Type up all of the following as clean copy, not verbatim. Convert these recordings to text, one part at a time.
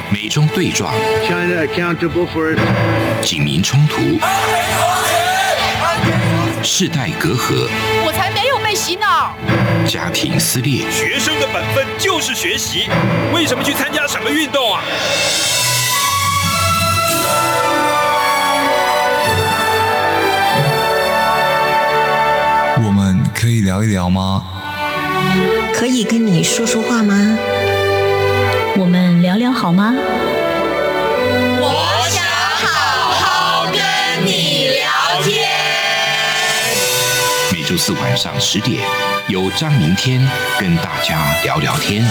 美中对撞， China accountable for it. 警民冲突，世代隔阂， 我才没有被洗脑。 家庭撕裂， 学生的本分就是学习，为什么去参加什么运动啊？ 我们可以聊一聊吗？ 可以跟你说说话吗？ 我们聊聊好吗？ 我想好好跟你聊天。 每周四晚上10点，由张明天跟大家聊聊天。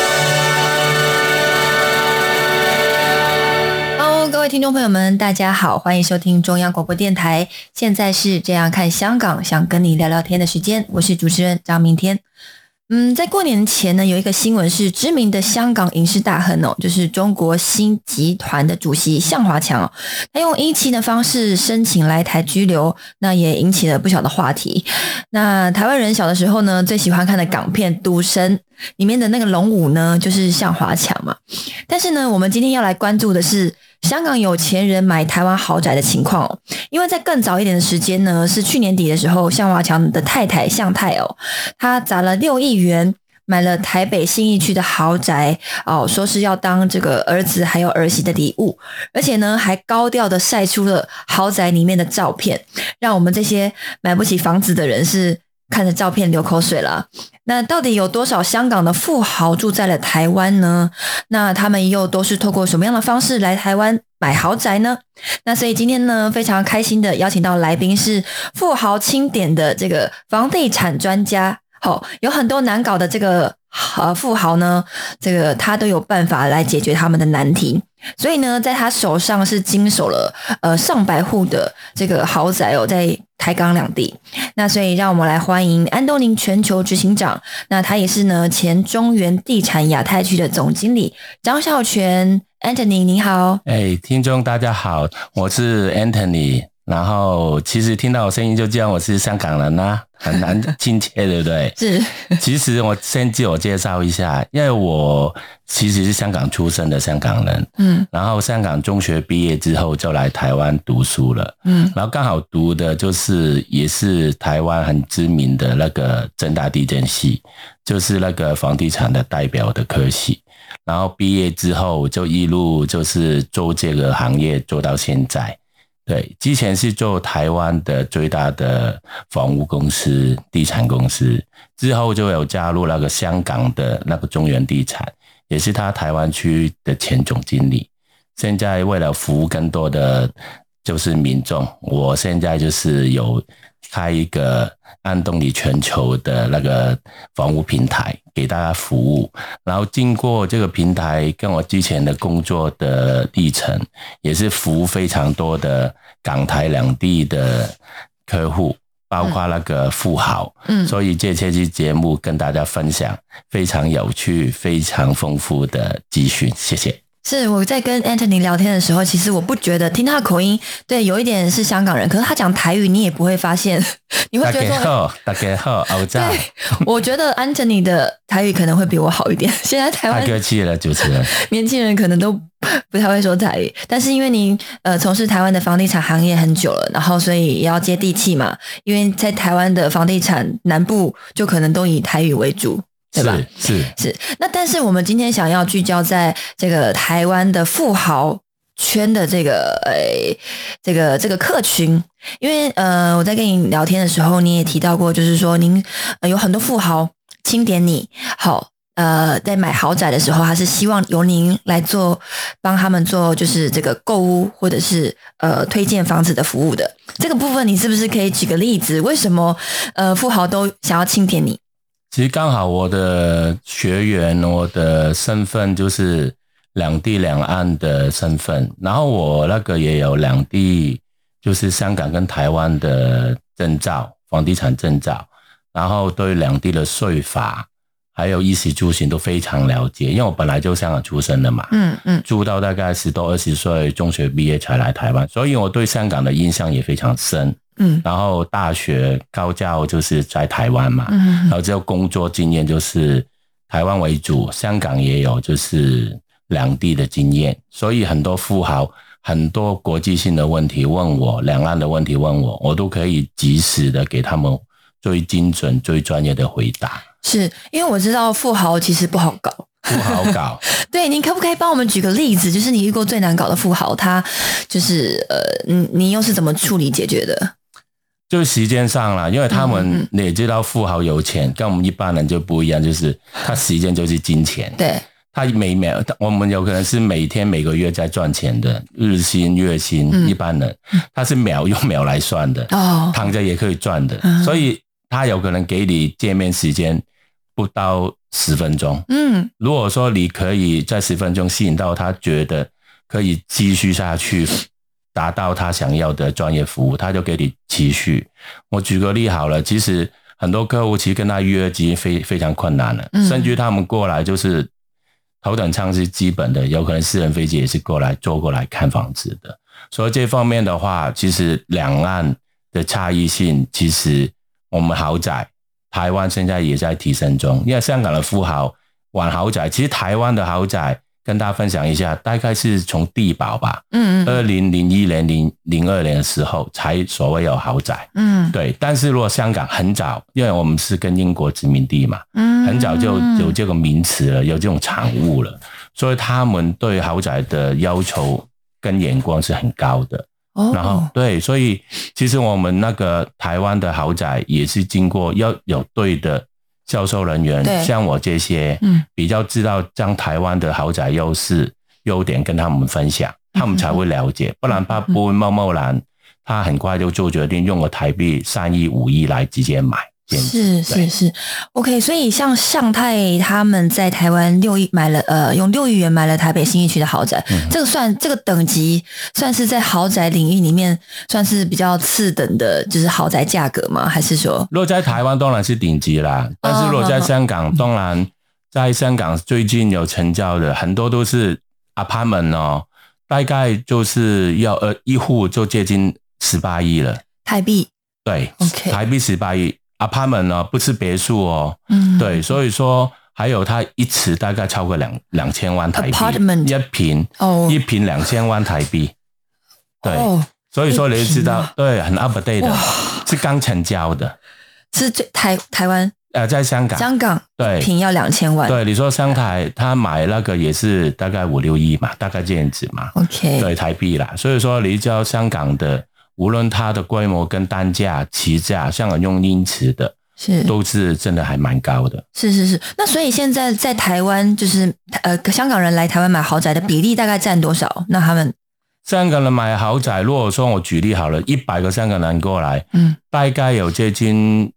各位听众朋友们，大家好，欢迎收听中央广播电台。现在是这样看香港，想跟你聊聊天的时间，我是主持人张明天。在过年前呢，有一个新闻是知名的香港影视大亨哦，就是中国新集团的主席向华强哦，他用1期的方式申请来台居留，那也引起了不小的话题。那台湾人小的时候呢，最喜欢看的港片《赌神》里面的那个龙武呢，就是向华强嘛。但是呢，我们今天要来关注的是香港有钱人买台湾豪宅的情况哦，因为在更早一点的时间呢，是去年底的时候，向华强的太太向太哦，他砸了6亿元买了台北信义区的豪宅哦，说是要当这个儿子还有儿媳的礼物，而且呢还高调的晒出了豪宅里面的照片，让我们这些买不起房子的人是看着照片流口水了。那到底有多少香港的富豪住在了台湾呢？那他们又都是透过什么样的方式来台湾买豪宅呢？那所以今天呢，非常开心的邀请到来宾是富豪钦点的这个房地产专家。有很多难搞的这个富豪呢，这个他都有办法来解决他们的难题。所以呢，在他手上是经手了上百户的这个豪宅哦，在台港两地。那所以让我们来欢迎安东尼全球执行长，那他也是呢前中原地产亚太区的总经理张孝全 Anthony， 你好。 听众大家好，我是 Anthony。然后其实听到我声音就知道我是香港人啊，很难亲切对不对？ 是。 其实我先自我介绍一下，因为我其实是香港出生的香港人，然后香港中学毕业之后就来台湾读书了，然后刚好读的就是也是台湾很知名的那个政大地政系，就是那个房地产的代表的科系，然后毕业之后就一路就是做这个行业做到现在。对，之前是做台湾的最大的房屋公司、地产公司，之后就有加入那个香港的那个中原地产，也是他台湾区的前总经理。现在为了服务更多的就是民众，我现在就是有开一个安东尼全球的那个房屋平台给大家服务，然后经过这个平台跟我之前的工作的历程，也是服务非常多的港台两地的客户，包括那个富豪，所以这期节目跟大家分享非常有趣非常丰富的资讯，谢谢。 是我在跟 Anthony 聊天的时候，其实我不觉得听他的口音，对，有一点是香港人，可是他讲台语，你也不会发现，你会觉得说大家好，对， 我觉得 Anthony 的台语可能会比我好一点。现在台湾太客气了，主持人， 年轻人可能都不太会说台语，但是因为您从事台湾的房地产行业很久了，然后所以也要接地气嘛，因为在台湾的房地产南部就可能都以台语为主。对吧？ 是。 那但是我们今天想要聚焦在这个台湾的富豪圈的这个客群，因为我在跟你聊天的时候，你也提到过，就是说您有很多富豪钦点你，在买豪宅的时候，他是希望由您来帮他们做就是这个购物或者是推荐房子的服务的。这个部分你是不是可以举个例子？为什么富豪都想要钦点你？ 其实刚好我的学员，我的身份就是两地两岸的身份，然后我那个也有两地，就是香港跟台湾的证照，房地产证照，然后对两地的税法还有衣食住行都非常了解，因为我本来就香港出生的嘛，住到大概10多20岁，中学毕业才来台湾，所以我对香港的印象也非常深。然后大学高教就是在台湾嘛，然后之后工作经验就是台湾为主，香港也有就是两地的经验，所以很多富豪很多国际性的问题问我，两岸的问题问我，我都可以及时的给他们最精准最专业的回答。 是因为我知道富豪其实不好搞， 不好搞。 对，你可不可以帮我们举个例子，就是你遇过最难搞的富豪，他就是你又是怎么处理解决的？ 就时间上啦，因为他们你也知道富豪有钱，跟我们一般人就不一样，就是他时间就是金钱。 对， 他每秒我们有可能是每天每个月在赚钱的，日薪月薪，一般人他是秒用秒来算的，躺着也可以赚的，所以他有可能给你见面时间不到10分钟。如果说你可以在10分钟吸引到他觉得可以继续下去，达到他想要的专业服务，他就给你期许。我举个例好了，其实很多客户其实跟他约已经非常困难了，甚至他们过来就是头等舱是基本的，有可能私人飞机也是坐过来看房子的。所以这方面的话，其实两岸的差异性，其实我们豪宅台湾现在也在提升中，因为香港的富豪玩豪宅，其实台湾的豪宅跟大家分享一下，大概是从地保吧，2001年02年的时候才所谓有豪宅，对。但是如果香港很早，因为我们是跟英国殖民地嘛，很早就有这个名词了，有这种产物了，所以他们对豪宅的要求跟眼光是很高的。然后对，所以其实我们那个台湾的豪宅也是经过要有对的销售人员，像我这些比较知道将台湾的豪宅优点跟他们分享，他们才会了解，不然他不会贸然他很快就做决定，用个台币3亿5亿来直接买。 是 OK， 所以像向太他们在台湾6亿买了用6亿元买了台北信义区的豪宅，这个等级算是在豪宅领域里面算是比较次等的，就是豪宅价格吗？还是说如果在台湾当然是顶级啦，但是如果在香港，当然在香港最近有成交的很多都是 apartment 哦，大概就是要一户就接近18亿了台币。 对 ，OK， 台币18亿。apartment 呢，不是别墅哦，对，所以说还有它一尺大概超过2000万台币 apartment 一坪2000万台币，对，所以说你就知道，对，很 update 的，是刚成交的， 是台湾在香港，对， 一坪要2000万， 对，你说香台他买那个也是大概5-6亿嘛，大概这样子嘛 ，OK， 对，台币啦，所以说你知道香港的。无论它的规模跟单价、起价，香港用英尺的，都是真的还蛮高的。 是。那所以现在在台湾，就是香港人来台湾买豪宅的比例大概占多少？那他们香港人买豪宅，如果说我举例好了，100个香港人过来，大概有接近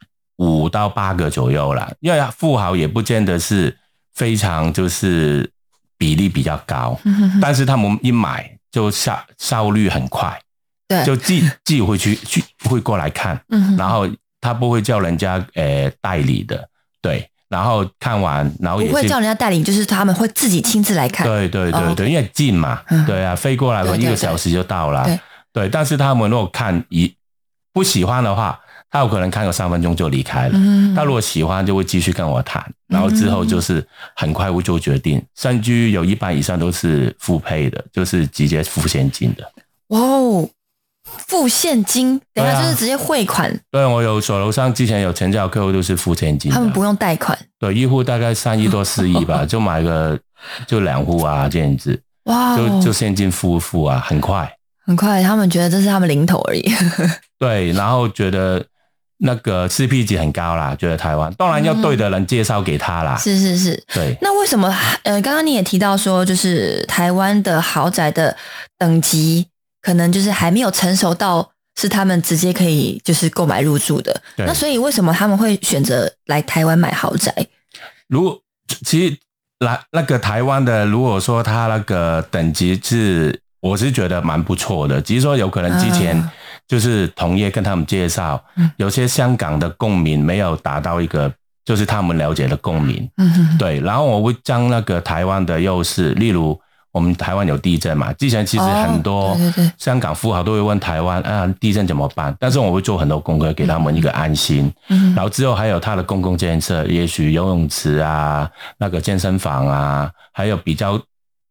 5到8个左右啦。因为富豪也不见得是非常就是比例比较高，但是他们一买就效率很快。 对， 就自己会过来看，然后他不会叫人家代理的，对，然后看完，然后也是不会叫人家代理，就是他们会自己亲自来看， 对，因为近嘛，对啊，飞过来1个小时就到了，对，但是他们如果看不喜欢的话，他有可能看个3分钟就离开了，他如果喜欢就会继续跟我谈，然后之后就是很快会做决定，甚至有一半以上都是付配的，就是直接付现金的。 哇哦！付现金，等一下就是直接汇款。 对，我有手头上之前有成交客户都是付现金的， 他们不用贷款。 对，一户大概3亿多4亿吧，就买个就2户啊这样子。哇，就现金付啊，很快， 他们觉得这是他们零头而已。 对，然后觉得那个 CP 值很高啦，觉得台湾当然要对的人介绍给他啦。 是。对，那为什么刚刚你也提到说，就是台湾的豪宅的等级。可能就是还没有成熟到是他们直接可以就是购买入住的，那所以为什么他们会选择来台湾买豪宅？ 其实那个台湾的，如果说他那个等级我是觉得蛮不错的，只是说有可能之前就是同业跟他们介绍，有些香港的公民没有达到一个就是他们了解的公民，对，然后我会将那个台湾的优势，例如。我们台湾有地震嘛？之前其实很多香港富豪都会问台湾地震怎么办？但是我会做很多功课，给他们一个安心。然后之后还有他的公共建设，也许游泳池啊、那个健身房啊，还有比较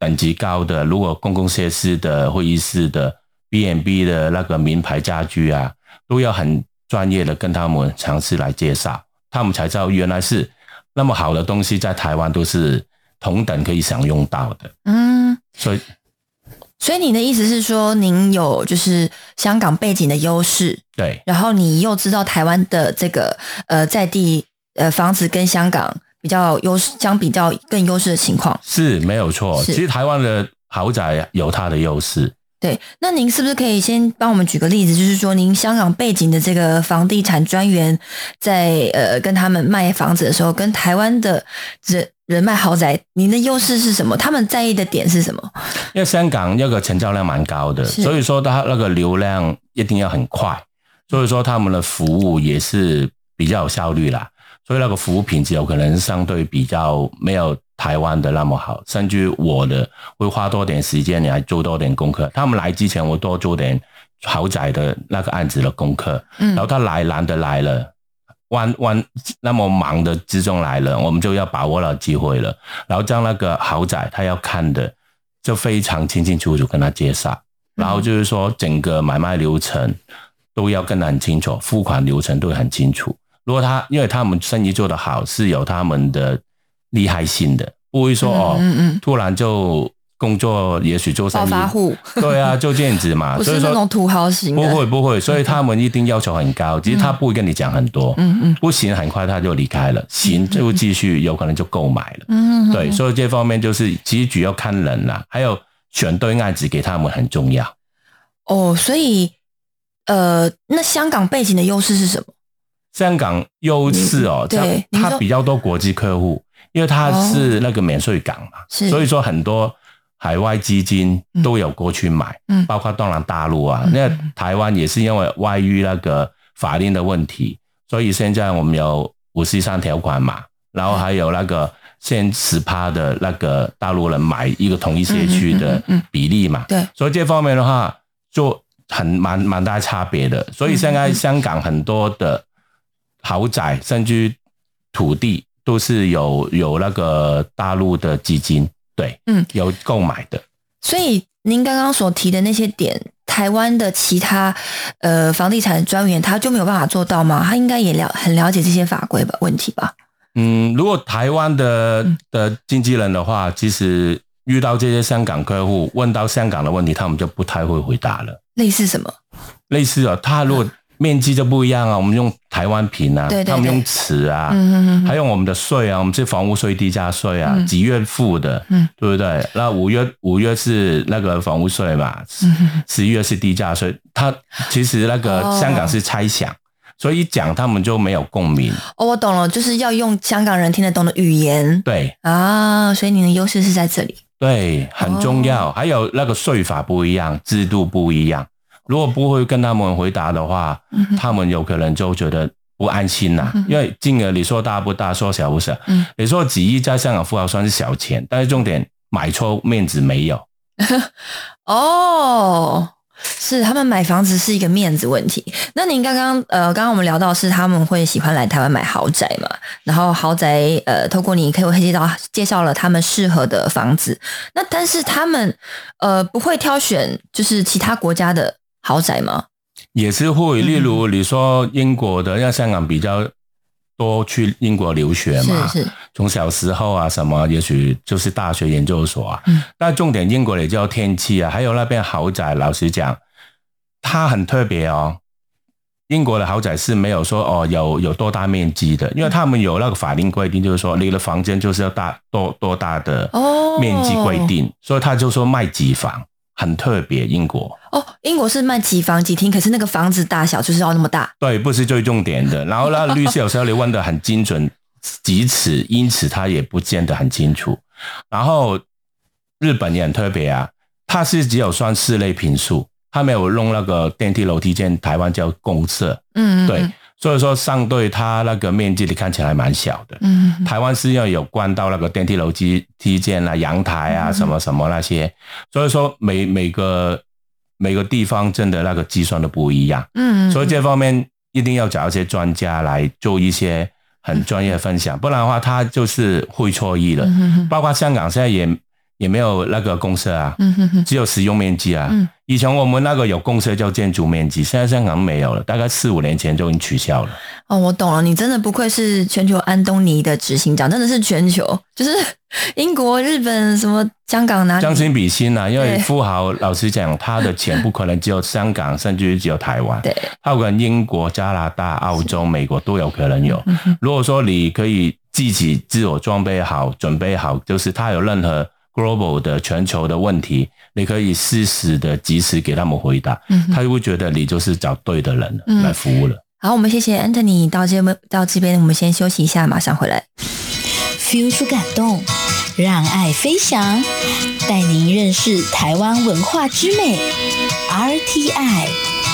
等级高的，如果公共设施的、会议室的、B&B 的那个名牌家具啊，都要很专业的跟他们尝试来介绍，他们才知道原来是那么好的东西在台湾都是同等可以享用到的。 所以你的意思是说，您有就是香港背景的优势， 对， 然后你又知道台湾的这个在地房子跟香港比较优势，相比较更优势的情况， 是没有错。其实台湾的豪宅有它的优势。 对，那您是不是可以先帮我们举个例子，就是说您香港背景的这个房地产专员在跟他们卖房子的时候，跟台湾的人卖豪宅，您的优势是什么？他们在意的点是什么？ 因为香港那个成交量蛮高的，所以说它那个流量一定要很快，所以说他们的服务也是比较有效率啦，所以那个服务品质有可能相对比较没有台湾的那么好，甚至我的会花多点时间来做多点功课，他们来之前我多做点豪宅的那个案子的功课，然后他难得来了，那么忙的之中来了，我们就要把握了机会了，然后将那个豪宅他要看的就非常清清楚楚跟他介绍，然后就是说整个买卖流程都要跟他很清楚，付款流程都很清楚。如果因为他们生意做得好，是有他们的厉害性的，不会说突然就工作也许做生意暴发户，对啊，就这样子嘛， 不是那种土豪型的， 不会，所以他们一定要求很高，其实他不会跟你讲很多，不行很快他就离开了，行就继续有可能就购买了，对，所以这方面就是其实主要看人啦，还有选对案子给他们很重要。 所以那香港背景的优势是什么？ 香港优势它比较多国际客户，因为它是那个免税港嘛，所以说很多海外基金都有过去买，包括当然大陆啊，那台湾也是因为外遇那个法令的问题，所以现在我们有543条款嘛，然后还有那个现 10% 的那个大陆人买一个同一社区的比例嘛，对，所以这方面的话就蛮大差别的，所以现在香港很多的豪宅甚至土地都是有那个大陆的基金，对，有购买的。 所以您刚刚所提的那些点，台湾的其他房地产专员他就没有办法做到吗？他应该也很了解这些法规问题吧？ 如果台湾的经纪人的话，其实遇到这些香港客户问到香港的问题，他们就不太会回答了。 类似什么？类似他如果面积就不一样啊，我们用台湾坪啊，他们用尺啊，还有我们的税啊，我们是房屋税、地价税啊，几月付的，对不对？那五月是那个房屋税嘛，11月是地价税，它其实那个香港是猜想，所以一讲他们就没有共鸣。 我懂了，就是要用香港人听得懂的语言。 对啊，所以你的优势是在这里。 对，很重要。还有那个税法不一样，制度不一样。如果不会跟他们回答的话，他们有可能就觉得不安心啦。因为金额你说大不大，说小不小。你说几亿在香港富豪算是小钱，但是重点买错面子没有。 是他们买房子是一个面子问题。那您刚刚我们聊到是他们会喜欢来台湾买豪宅嘛，然后豪宅透过你可以介绍了他们适合的房子，那但是他们不会挑选就是其他国家的豪宅吗？ 也是会，例如你说英国的，像香港比较多去英国留学嘛，是从小时候啊什么，也许就是大学研究所啊，但重点英国也叫天气啊，还有那边豪宅，老实讲它很特别哦。英国的豪宅是没有说有多大面积的，因为他们有那个法令规定，就是说你的房间就是要多大的面积规定，所以他就说卖几房，很特别。英国英国是卖几房几厅，可是那个房子大小就是要那么大， 对，不是最重点的。然后那律师有时候你问的很精准几尺，因此他也不见得很清楚。然后日本也很特别啊，它是只有算室内坪数，他没有弄那个电梯楼梯间，台湾叫公设，对，所以说相对它那个面积你看起来蛮小的，台湾是要有关到那个电梯楼梯间啊、阳台啊什么什么那些，所以说每个地方真的那个计算都不一样，所以这方面一定要找一些专家来做一些很专业的分享，不然的话他就是会错意了。包括香港现在也没有那个公社啊，只有使用面积啊。以前我们那个有公社叫建筑面积，现在香港没有了，大概4-5年前就已经取消了。 哦，我懂了，你真的不愧是全球安东尼的执行长，真的是全球，就是英国、日本、什么香港哪里将心比心啊，因为富豪老实讲，他的钱不可能只有香港，甚至于只有台湾， 对， 他有可能英国、加拿大、澳洲、美国都有可能有。如果说你可以自己自我装备好、准备好，就是他有任何 global 的全球的问题，你可以适时的及时给他们回答，他就会觉得你就是找对的人来服务了。 好，我们谢谢 Anthony 到这边，我们先休息一下，马上回来。 feel 出感动，让爱飞翔，带您认识台湾文化之美 RTI。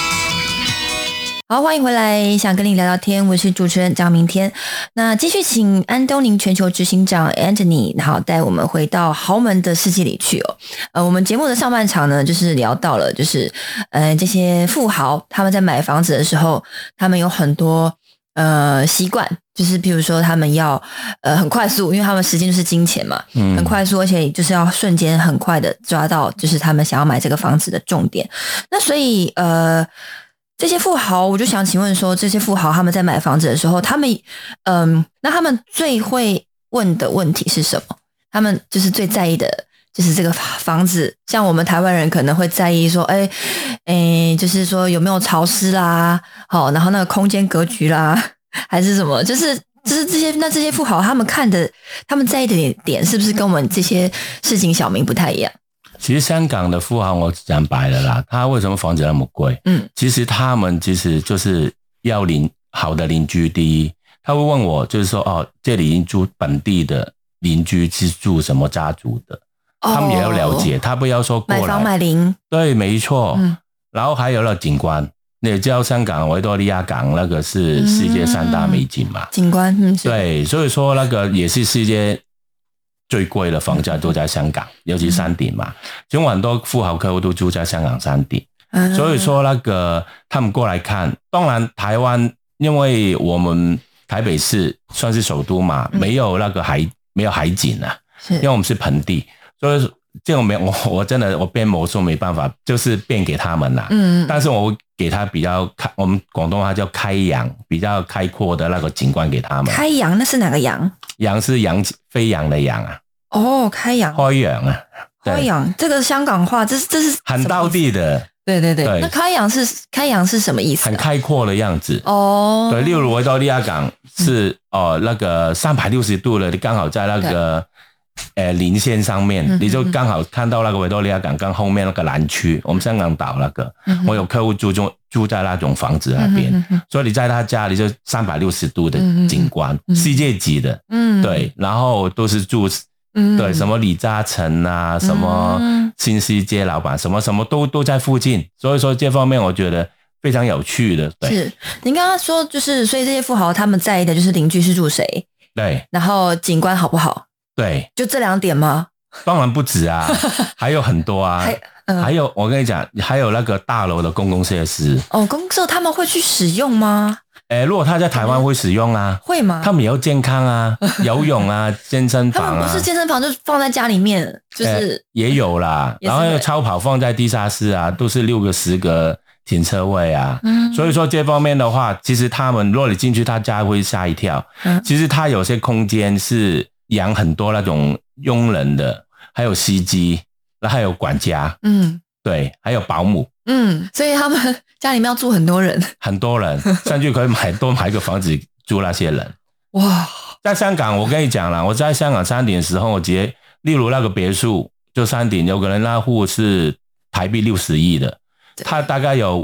好，欢迎回来，想跟你聊聊天，我是主持人张明天。那继续请安东尼全球执行长 Anthony， 然后带我们回到豪门的世界里去哦。我们节目的上半场呢，就是聊到了，就是这些富豪他们在买房子的时候，他们有很多习惯，就是比如说他们要很快速，因为他们时间就是金钱嘛，很快速，而且就是要瞬间很快的抓到，就是他们想要买这个房子的重点。那所以这些富豪，我就想请问说，这些富豪他们在买房子的时候，他们那他们最会问的问题是什么？他们就是最在意的，就是这个房子，像我们台湾人可能会在意说，就是说有没有潮湿啦，好，然后那个空间格局啦，还是什么，就是这些富豪他们在意的点是不是跟我们这些市井小民不太一样？ 其实香港的富豪，我讲白了啦，他为什么房子那么贵？其实他们就是要好的邻居。第一，他会问我，就是说这里住本地的邻居是住什么家族的，他们也要了解，他不要说过来买房买邻， 对，没错。然后还有那景观，你也知道香港维多利亚港那个是世界3大美景嘛， 景观， 对，所以说那个也是世界最贵的房价都在香港，尤其山顶嘛。其实很多富豪客户都住在香港山顶，所以说那个他们过来看。当然台湾，因为我们台北市算是首都嘛，没有那个没有海景啊，因为我们是盆地，所以这种我真的我变魔术没办法，就是变给他们啦。但是我给他比较我们广东话叫开扬，比较开阔的那个景观给他们。 开扬那是哪个扬？ 扬是飞扬的扬啊。 哦，开扬， 开扬啊， 开扬，这个香港话，这是很道地的。 对。那开扬是什么意思？ 很开阔的样子。 哦， 对，例如维多利亚港是那个360度的，你刚好在那个零线上面，你就刚好看到那个维多利亚港跟后面那个蓝区，我们香港岛那个，我有客户住在那种房子那边，所以你在他家里就360度的景观，世界级的，对，然后都是住。对，什么李嘉诚啊，什么新世界老板，什么都在附近，所以说这方面我觉得非常有趣的。对， 是您刚刚说，就是所以这些富豪他们在意的就是邻居是住谁， 对， 然后景观好不好， 对， 就这2点吗？ 当然不止啊，还有很多啊，还有我跟你讲，还有那个大楼的公共设施公社他们会去使用吗？ 如果他在台湾会使用啊， 会吗？ 他们也要健康啊，游泳啊，健身房啊。 他们不是健身房，就放在家里面，就是也有啦。然后超跑放在地下室啊，都是6个10个停车位啊。所以说这方面的话，其实他们如果你进去他家会吓一跳。其实他有些空间是养很多那种佣人的，还有司机，还有管家。对，还有保姆。 所以他们家里面要住很多人， 甚至可以多买一个房子住那些人。哇，在香港我跟你讲啦，我在香港山顶的时候，我直接例如那个别墅，就山顶有可能那户是台币60亿的，它大概有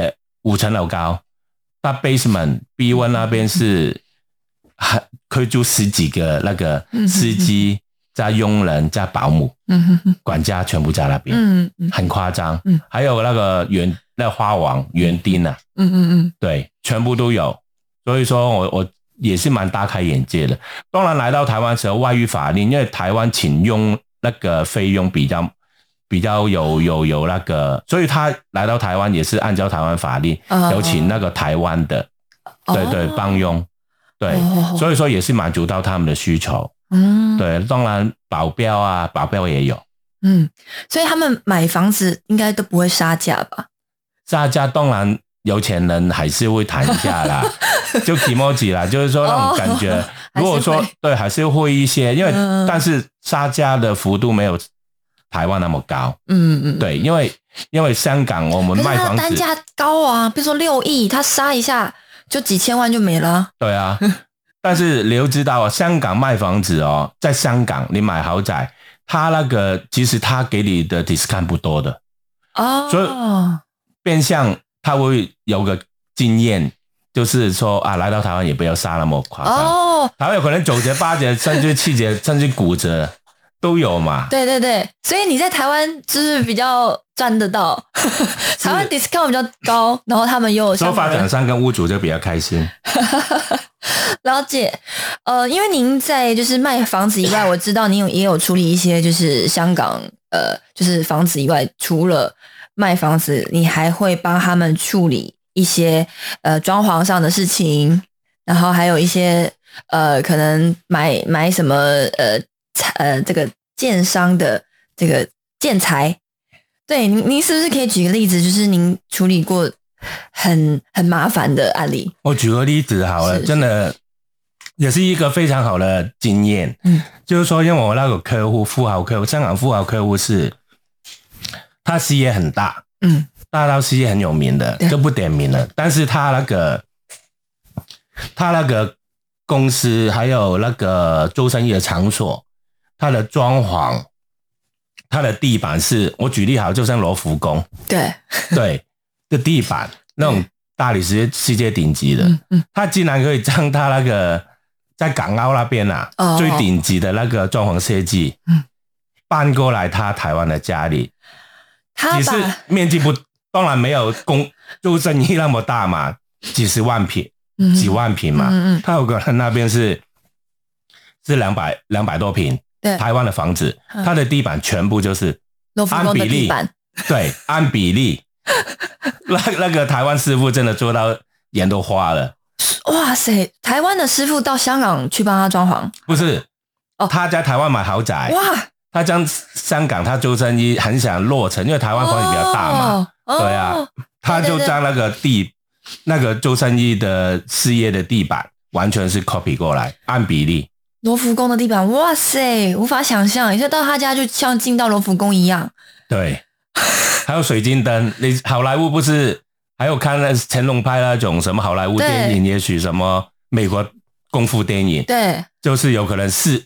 5层楼高，它 basement B1 那边是可以住10几个那个司机加佣人加保姆，管家全部在那边，很夸张。还有那个那花王园丁啊，对，全部都有。所以说我也是蛮大开眼界的。当然来到台湾时候，外遇法令，因为台湾请用那个费用比较有那个，所以他来到台湾也是按照台湾法令，有请那个台湾的，对帮佣，对，所以说也是满足到他们的需求。对，当然保镖也有。 所以他们买房子应该都不会杀价吧？ 杀价当然有钱人还是会谈一下啦，就 kimoji 啦，就是说那种感觉。如果说对，还是会一些，因为但是杀价的幅度没有台湾那么高。对，因为香港我们卖房子单价高啊，比如说6亿，他杀一下就几千万就没了。 对啊，但是你又知道啊，香港卖房子哦，在香港你买豪宅，他那个其实他给你的 discount 不多的所以变相他会有个经验，就是说啊，来到台湾也不要杀那么夸张。台湾有可能9折、8折，甚至7折，甚至9折都有嘛。 对对对，所以你在台湾就是比较赚得到，台湾 discount 比较高，然后他们又有说发展商跟屋主就比较开心。 了解，因为您在就是卖房子以外，我知道您也有处理一些就是香港就是房子以外，除了卖房子，你还会帮他们处理一些装潢上的事情，然后还有一些可能买什么这个建商的这个建材。对，您是不是可以举个例子，就是您处理过很麻烦的案例？ 我举个例子好了，真的也是一个非常好的经验。就是说因为我那个客户富豪客户，香港富豪客户是他事业很大，大到事业很有名的，就不点名了。但是他那个公司还有那个做生意的场所，他的装潢，他的地板是，我举例好，就像罗浮宫，对，这地板那种大理石世界顶级的，他竟然可以将他那个在港澳那边啊，最顶级的那个装潢设计，搬过来他台湾的家里。只是面积当然没有做生意那么大嘛，几十万平、几万平嘛。他有个人那边是200多平，台湾的房子，他的地板全部就是按比例，对，按比例。那个台湾师傅真的做到眼都花了。 哇塞，台湾的师傅到香港去帮他装潢？ 不是，他在台湾买豪宅。哇！他将香港他做生意很想落成，因为台湾房子比较大嘛，对啊，他就将那个做生意的事业的地板完全是 copy 过来，按比例。 罗浮宫的地板，哇塞，无法想象，一下到他家就像进到罗浮宫一样。 对，还有水晶灯，你好莱坞不是还有看那成龙拍那种什么好莱坞电影，也许什么美国功夫电影，对，就是有可能是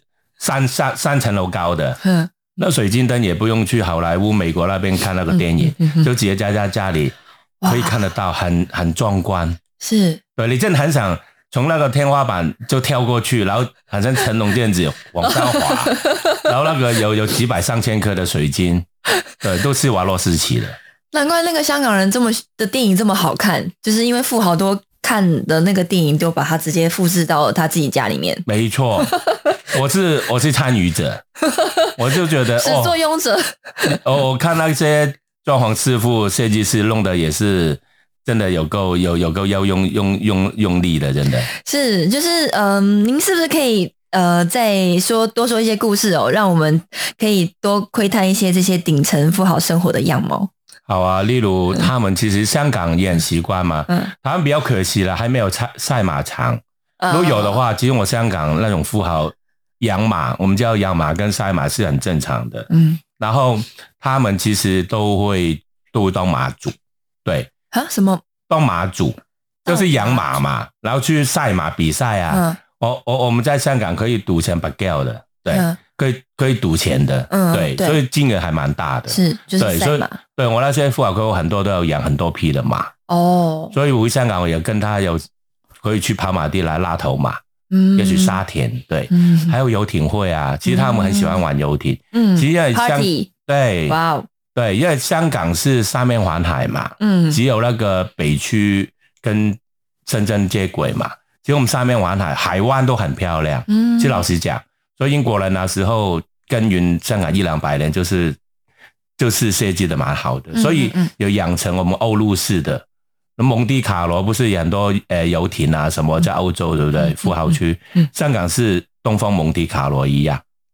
3层楼高的，那水晶灯也不用去好莱坞美国那边看那个电影，就直接在家里可以看得到，很壮观。是，对，你真的很想从那个天花板就跳过去，然后好像成龙这样子往上滑，然后那个有几百上千颗的水晶，对，都是瓦洛斯奇的。 难怪那个香港人的电影这么好看，就是因为富豪多看的那个电影，就把它直接复制到他自己家里面。没错。 我是参与者，我就觉得始作俑者。 我看那些装潢师傅、设计师弄的也是真的有够要用力的，真的是。就是您是不是可以再多说一些故事哦，让我们可以多窥探一些这些顶层富豪生活的样貌？ 好啊，例如他们其实香港也很习惯嘛，台湾比较可惜了，还没有赛马场。如果有的话，其实我香港那种富豪养马，我们叫养马跟赛马是很正常的。然后他们其实都会当马主，对啊，什么当马主就是养马嘛，然后去赛马比赛啊。我们在香港可以赌钱把掉的，对，可以赌钱的，对，所以金额还蛮大的，是，就是赛马。对，我那些富豪客户很多都有养很多匹的马，所以我香港也跟他可以去跑马地来拉头马，也去沙田，对，还有游艇会啊，其实他们很喜欢玩游艇，其实 Party， 对，哇，对，因为香港是三面环海嘛，只有那个北区跟深圳接轨嘛，其实我们三面环海，海湾都很漂亮，其实老实讲，所以英国人那时候耕耘香港100-200年，就是设计的蛮好的，所以有养成我们欧陆式的。蒙地卡罗不是有很多游艇啊什么在欧洲，对不对？富豪区，香港是东方蒙地卡罗一样，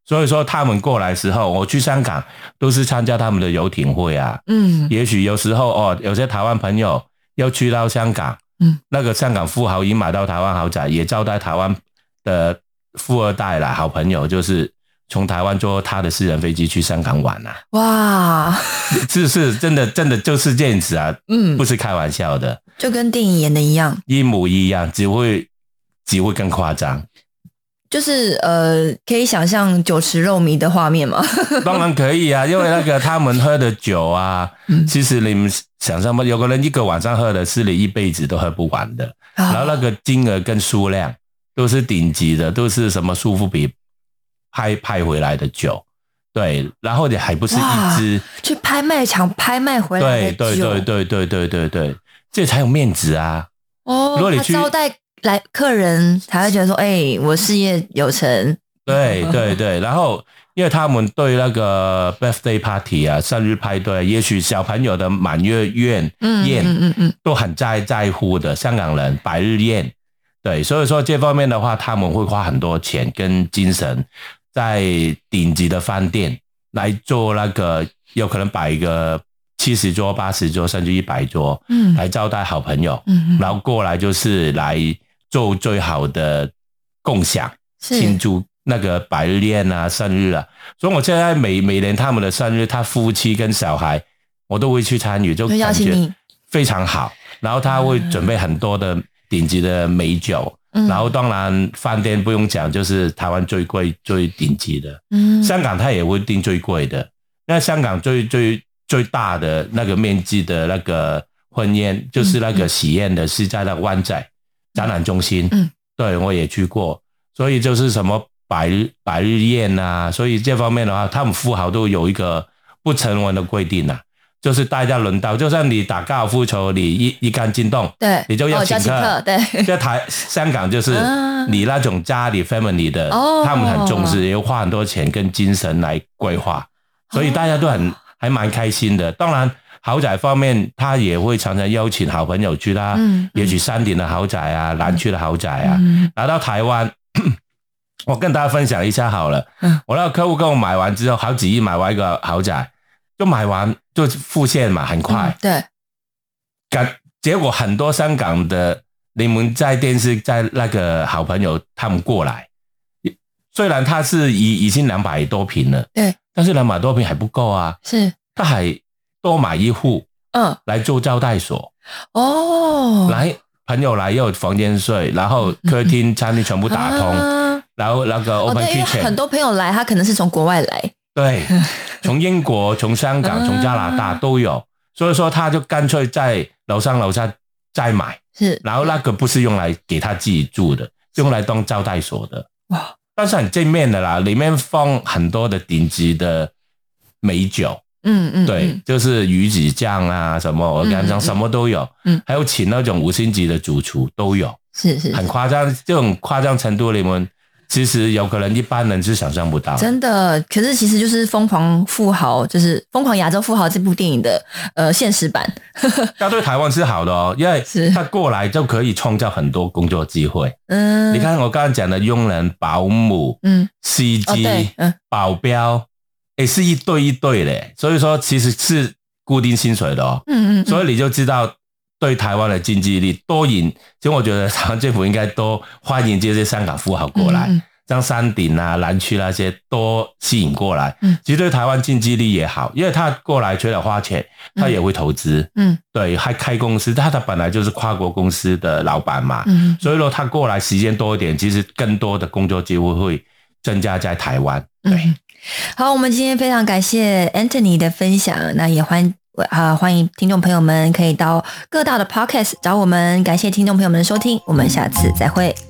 所以说他们过来的时候，我去香港都是参加他们的游艇会啊。也许有时候有些台湾朋友要去到香港，那个香港富豪已经买到台湾豪宅，也招待台湾的富二代啦，好朋友就是从台湾坐他的私人飞机去香港玩啊。哇，是真的就是这样子啊，不是开玩笑的， 就跟电影演的一样， 一模一样，只会更夸张。 就是可以想象酒池肉糜的画面吗？ 当然可以啊，因为那个他们喝的酒啊，其实你们想象吗？有个人一个晚上喝的是你一辈子都喝不完的，然后那个金额跟数量都是顶级的，都是什么苏富比拍回来的酒，对，然后你还不是一支去拍卖场拍卖回来的酒， 对，这才有面子啊。如果你去他招待来客人才会觉得说，我事业有成。 对，然后因为他们对那个 birthday party 啊，生日派对，也许小朋友的满月宴都很在乎的，香港人百日宴，对，所以说这方面的话，他们会花很多钱跟精神在顶级的饭店来做那个，有可能摆一个70桌、80桌甚至100桌，来招待好朋友，然后过来就是来做最好的共享，庆祝那个百日宴啊、生日啊。所以我现在每年他们的生日，他夫妻跟小孩我都会去参与，就感觉非常好。然后他会准备很多的顶级的美酒，然后当然饭店不用讲，就是台湾最贵最顶级的，香港他也会订最贵的。那香港最大的那个面积的那个婚宴，就是那个喜宴的，是在那个湾仔展览中心，对，我也去过。所以就是什么百日宴啊，所以这方面的话，他们富豪都有一个不成文的规定啊，就是大家轮到，就像你打高尔夫球，你一杆进洞， 对， 你就要请客， 对。 在香港就是你那种家里 family 的，他们很重视，也要花很多钱跟精神来规划，所以大家都还蛮开心的。当然豪宅方面，他也会常常邀请好朋友去啦，也许山顶的豪宅啊，南区的豪宅啊，来到台湾，我跟大家分享一下好了。我那个客户跟我买完之后，好几亿买完一个豪宅，就买完就付现嘛，很快。 对。 结果很多香港的你们在电视在那个好朋友他们过来，虽然他是已经200多坪了， 对， 但是200多坪还不够啊， 是他还多买一户，来做招待所，来朋友来又有房间睡，然后客厅餐厅全部打通，然后那个 open kitchen， 很多朋友来，他可能是从国外来， 对，从英国、从香港、从加拿大都有，所以说他就干脆在楼上楼下再买， 是， 然后那个不是用来给他自己住的，用来当招待所的，哇，但是很正面的啦，里面放很多的顶级的美酒。对，就是鱼子酱啊，什么我刚讲什么都有，还有请那种5星级的主厨都有， 是很夸张，这种夸张程度，你们其实有可能一般人是想象不到， 真的。可是其实就是《疯狂富豪》，就是《疯狂亚洲富豪》这部电影的现实版。 那对台湾是好的哦，因为他过来就可以创造很多工作机会。你看我刚刚讲的佣人、保姆、司机、保镖。是一对一对的，所以说其实是固定薪水的哦。所以你就知道对台湾的经济力多引，其实我觉得台湾政府应该多欢迎这些香港富豪过来，像山顶啊、南区那些多吸引过来。其实对台湾经济力也好，因为他过来除了花钱，他也会投资。对，还开公司，他本来就是跨国公司的老板嘛。所以说他过来时间多一点，其实更多的工作机会会增加在台湾。对。 好，我们今天非常感谢 Anthony 的分享，那也欢迎听众朋友们可以到各大的 podcast 找我们，感谢听众朋友们的收听，我们下次再会。